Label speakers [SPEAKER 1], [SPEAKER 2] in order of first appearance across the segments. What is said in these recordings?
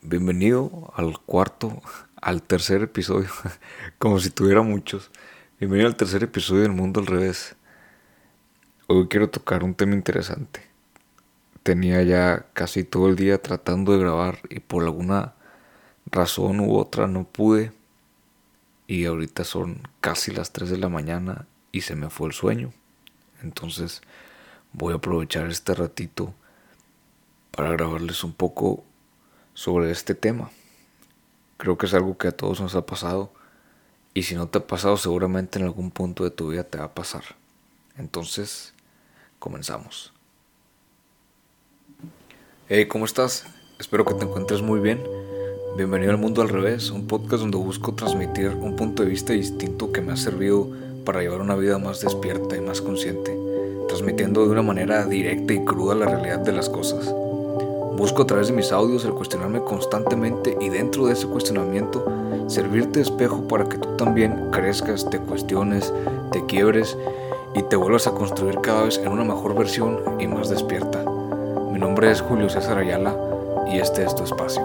[SPEAKER 1] Bienvenido al tercer episodio, como si tuviera muchos. Bienvenido al tercer episodio del Mundo al Revés. Hoy quiero tocar un tema interesante. Tenía ya casi todo el día tratando de grabar y por alguna razón u otra no pude. Y ahorita son casi las 3 de la mañana y se me fue el sueño. Entonces voy a aprovechar este ratito para grabarles un poco sobre este tema. Creo que es algo que a todos nos ha pasado y si no te ha pasado seguramente en algún punto de tu vida te va a pasar. Entonces, comenzamos. Hey, ¿cómo estás? Espero que te encuentres muy bien. Bienvenido al Mundo al Revés, un podcast donde busco transmitir un punto de vista distinto que me ha servido para llevar una vida más despierta y más consciente, transmitiendo de una manera directa y cruda la realidad de las cosas. Busco a través de mis audios el cuestionarme constantemente y dentro de ese cuestionamiento servirte de espejo para que tú también crezcas, te cuestiones, te quiebres y te vuelvas a construir cada vez en una mejor versión y más despierta. Mi nombre es Julio César Ayala y este es tu espacio.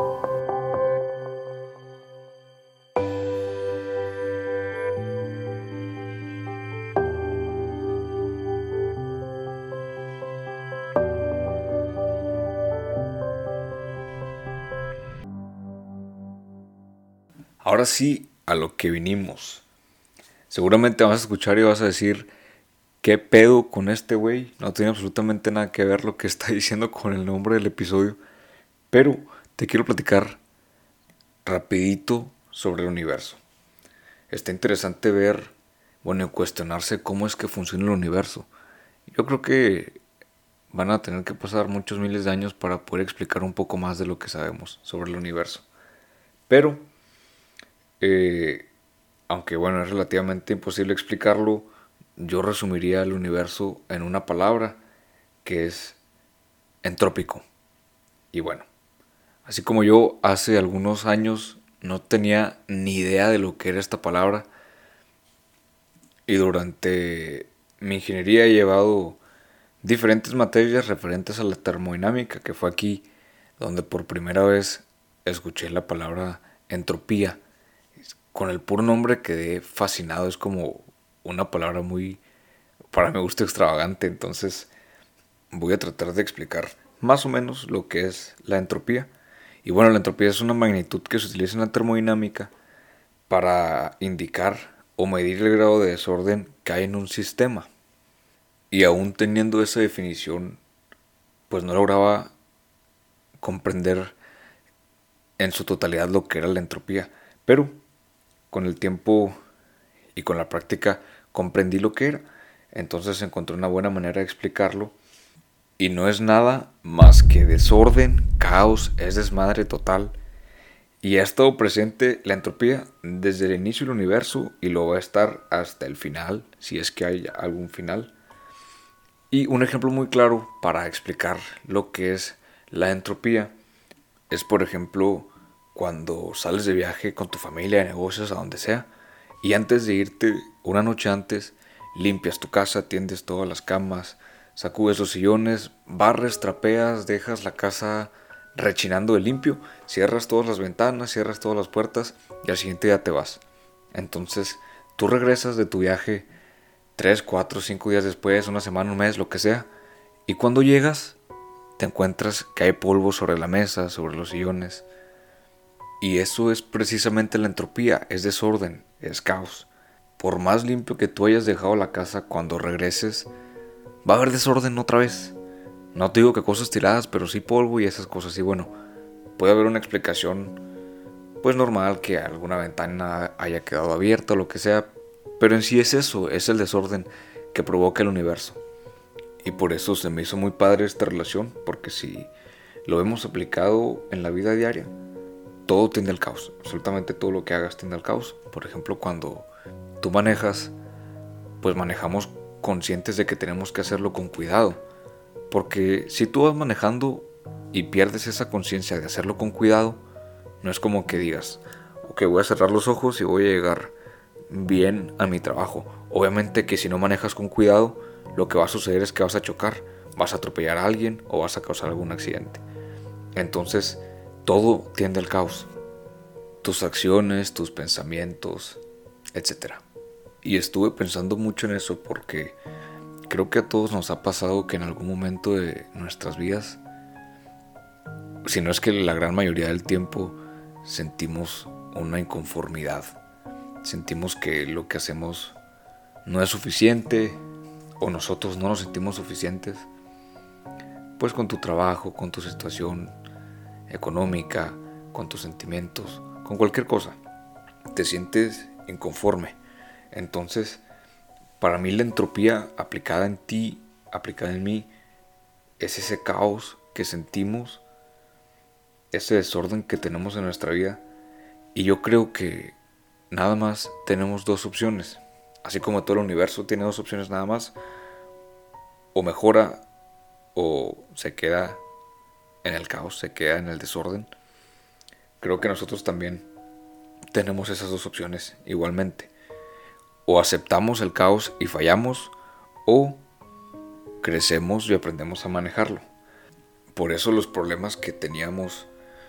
[SPEAKER 1] Ahora sí, a lo que vinimos. Seguramente vas a escuchar y vas a decir, ¿qué pedo con este güey? No tiene absolutamente nada que ver lo que está diciendo con el nombre del episodio. Pero te quiero platicar rapidito sobre el universo. Está interesante ver, bueno, y cuestionarse cómo es que funciona el universo. Yo creo que van a tener que pasar muchos miles de años para poder explicar un poco más de lo que sabemos sobre el universo. Pero, eh, aunque bueno, es relativamente imposible explicarlo, yo resumiría el universo en una palabra que es entrópico. Y bueno, así como yo hace algunos años no tenía ni idea de lo que era esta palabra y durante mi ingeniería he llevado diferentes materias referentes a la termodinámica, que fue aquí donde por primera vez escuché la palabra entropía. Con el puro nombre quedé fascinado, es como una palabra muy, para mi gusto, extravagante, entonces voy a tratar de explicar más o menos lo que es la entropía. Y bueno, la entropía es una magnitud que se utiliza en la termodinámica para indicar o medir el grado de desorden que hay en un sistema. Y aún teniendo esa definición, pues no lograba comprender en su totalidad lo que era la entropía. Pero con el tiempo y con la práctica comprendí lo que era. Entonces encontré una buena manera de explicarlo. Y no es nada más que desorden, caos, es desmadre total. Y ha estado presente la entropía desde el inicio del universo y lo va a estar hasta el final, si es que hay algún final. Y un ejemplo muy claro para explicar lo que es la entropía es, por ejemplo, cuando sales de viaje con tu familia, de negocios, a donde sea, y antes de irte, una noche antes, limpias tu casa, tiendes todas las camas, sacudes los sillones, barres, trapeas, dejas la casa rechinando de limpio, cierras todas las ventanas, cierras todas las puertas y al siguiente día te vas. Entonces, tú regresas de tu viaje 3, 4, 5 días después, una semana, un mes, lo que sea, y cuando llegas, te encuentras que hay polvo sobre la mesa, sobre los sillones. Y eso es precisamente la entropía, es desorden, es caos. Por más limpio que tú hayas dejado la casa, cuando regreses, va a haber desorden otra vez. No te digo que cosas tiradas, pero sí polvo y esas cosas. Y bueno, puede haber una explicación, pues normal, que alguna ventana haya quedado abierta o lo que sea. Pero en sí es eso, es el desorden que provoca el universo. Y por eso se me hizo muy padre esta relación, porque si lo hemos aplicado en la vida diaria, todo tiende al caos. Absolutamente todo lo que hagas tiende al caos. Por ejemplo, cuando tú manejas, pues manejamos conscientes de que tenemos que hacerlo con cuidado. Porque si tú vas manejando y pierdes esa conciencia de hacerlo con cuidado, no es como que digas, ok, voy a cerrar los ojos y voy a llegar bien a mi trabajo. Obviamente que si no manejas con cuidado, lo que va a suceder es que vas a chocar, vas a atropellar a alguien o vas a causar algún accidente. Entonces, todo tiende al caos. Tus acciones, tus pensamientos, etc. Y estuve pensando mucho en eso porque creo que a todos nos ha pasado que en algún momento de nuestras vidas, si no es que la gran mayoría del tiempo, sentimos una inconformidad. Sentimos que lo que hacemos no es suficiente o nosotros no nos sentimos suficientes. Pues con tu trabajo, con tu situación económica, con tus sentimientos, con cualquier cosa. Te sientes inconforme. Entonces, para mí la entropía aplicada en ti, aplicada en mí, es ese caos que sentimos, ese desorden que tenemos en nuestra vida. Y yo creo que nada más tenemos dos opciones. Así como todo el universo tiene dos opciones nada más. O mejora o se queda en el caos, se queda en el desorden. Creo que nosotros también tenemos esas dos opciones igualmente. O aceptamos el caos y fallamos, o crecemos y aprendemos a manejarlo. Por eso los problemas que teníamos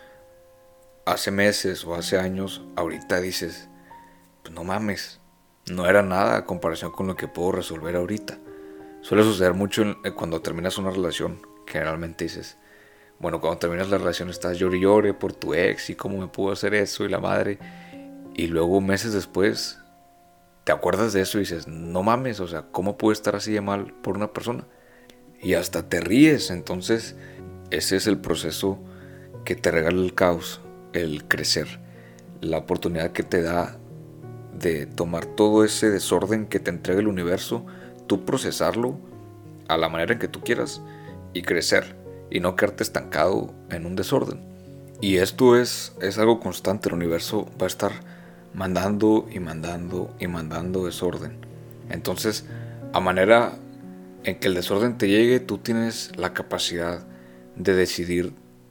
[SPEAKER 1] hace meses o hace años, ahorita dices, pues no mames, no era nada a comparación con lo que puedo resolver ahorita. Suele suceder mucho cuando terminas una relación. Generalmente dices, bueno, cuando terminas la relación estás llore y llore por tu ex y cómo me pudo hacer eso y la madre. Y luego meses después te acuerdas de eso y dices, no mames, o sea, ¿cómo puedo estar así de mal por una persona? Y hasta te ríes. Entonces ese es el proceso que te regala el caos, el crecer, la oportunidad que te da de tomar todo ese desorden que te entrega el universo, tú procesarlo a la manera en que tú quieras y crecer y no quedarte estancado en un desorden. Y esto es algo constante. El universo va a estar mandando y mandando y mandando desorden. Entonces, a manera en que el desorden te llegue, tú tienes la capacidad de decidir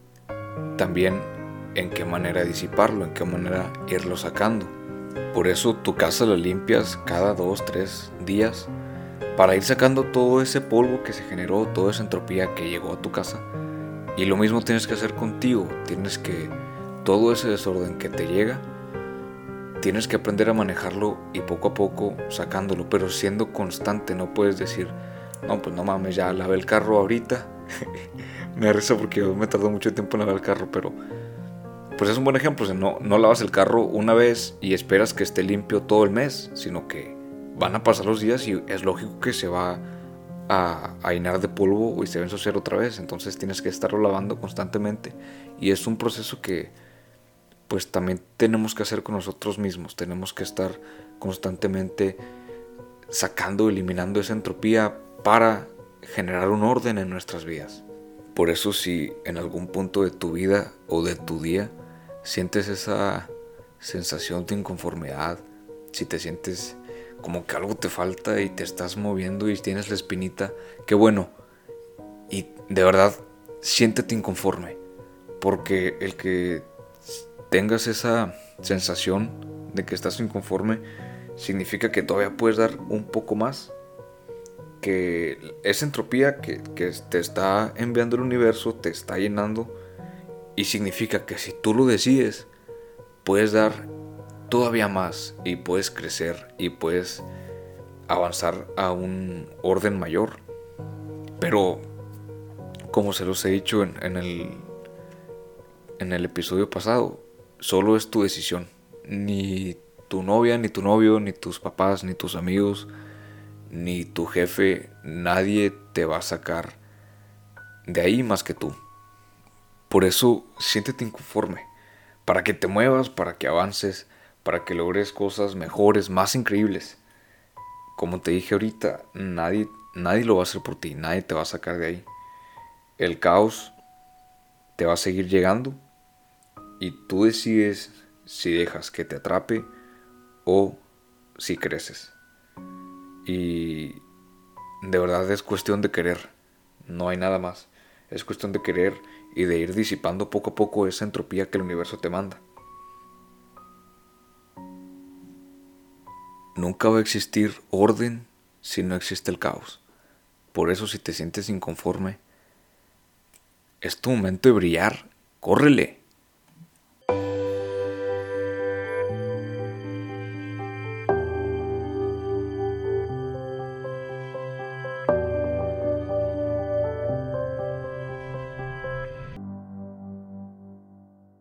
[SPEAKER 1] también en qué manera disiparlo, en qué manera irlo sacando. Por eso tu casa la limpias cada 2-3 días para ir sacando todo ese polvo que se generó, toda esa entropía que llegó a tu casa. Y lo mismo tienes que hacer contigo. Tienes que, todo ese desorden que te llega, tienes que aprender a manejarlo y poco a poco sacándolo, pero siendo constante. No puedes decir, no, pues no mames, ya lavé el carro ahorita. Me da risa porque yo me tardó mucho tiempo en lavar el carro, pero pues es un buen ejemplo. O sea, no lavas el carro una vez y esperas que esté limpio todo el mes, sino que van a pasar los días y es lógico que se va a llenar de polvo y se va a ensuciar otra vez. Entonces tienes que estarlo lavando constantemente y es un proceso que pues también tenemos que hacer con nosotros mismos. Tenemos que estar constantemente sacando, eliminando esa entropía para generar un orden en nuestras vidas. Por eso si en algún punto de tu vida o de tu día sientes esa sensación de inconformidad, si te sientes como que algo te falta y te estás moviendo y tienes la espinita, qué bueno. Y de verdad, siéntete inconforme, porque el que tengas esa sensación de que estás inconforme significa que todavía puedes dar un poco más, que esa entropía que te está enviando el universo te está llenando, y significa que si tú lo decides puedes dar todavía más y puedes crecer y puedes avanzar a un orden mayor. Pero como se los he dicho en el episodio pasado, solo es tu decisión. Ni tu novia, ni tu novio, ni tus papás, ni tus amigos, ni tu jefe, nadie te va a sacar de ahí más que tú. Por eso siéntete inconforme, para que te muevas, para que avances, para que logres cosas mejores, más increíbles. Como te dije ahorita, nadie lo va a hacer por ti, nadie te va a sacar de ahí. El caos te va a seguir llegando y tú decides si dejas que te atrape o si creces. Y de verdad es cuestión de querer, no hay nada más. Es cuestión de querer y de ir disipando poco a poco esa entropía que el universo te manda. Nunca va a existir orden si no existe el caos. Por eso si te sientes inconforme, es tu momento de brillar. Córrele.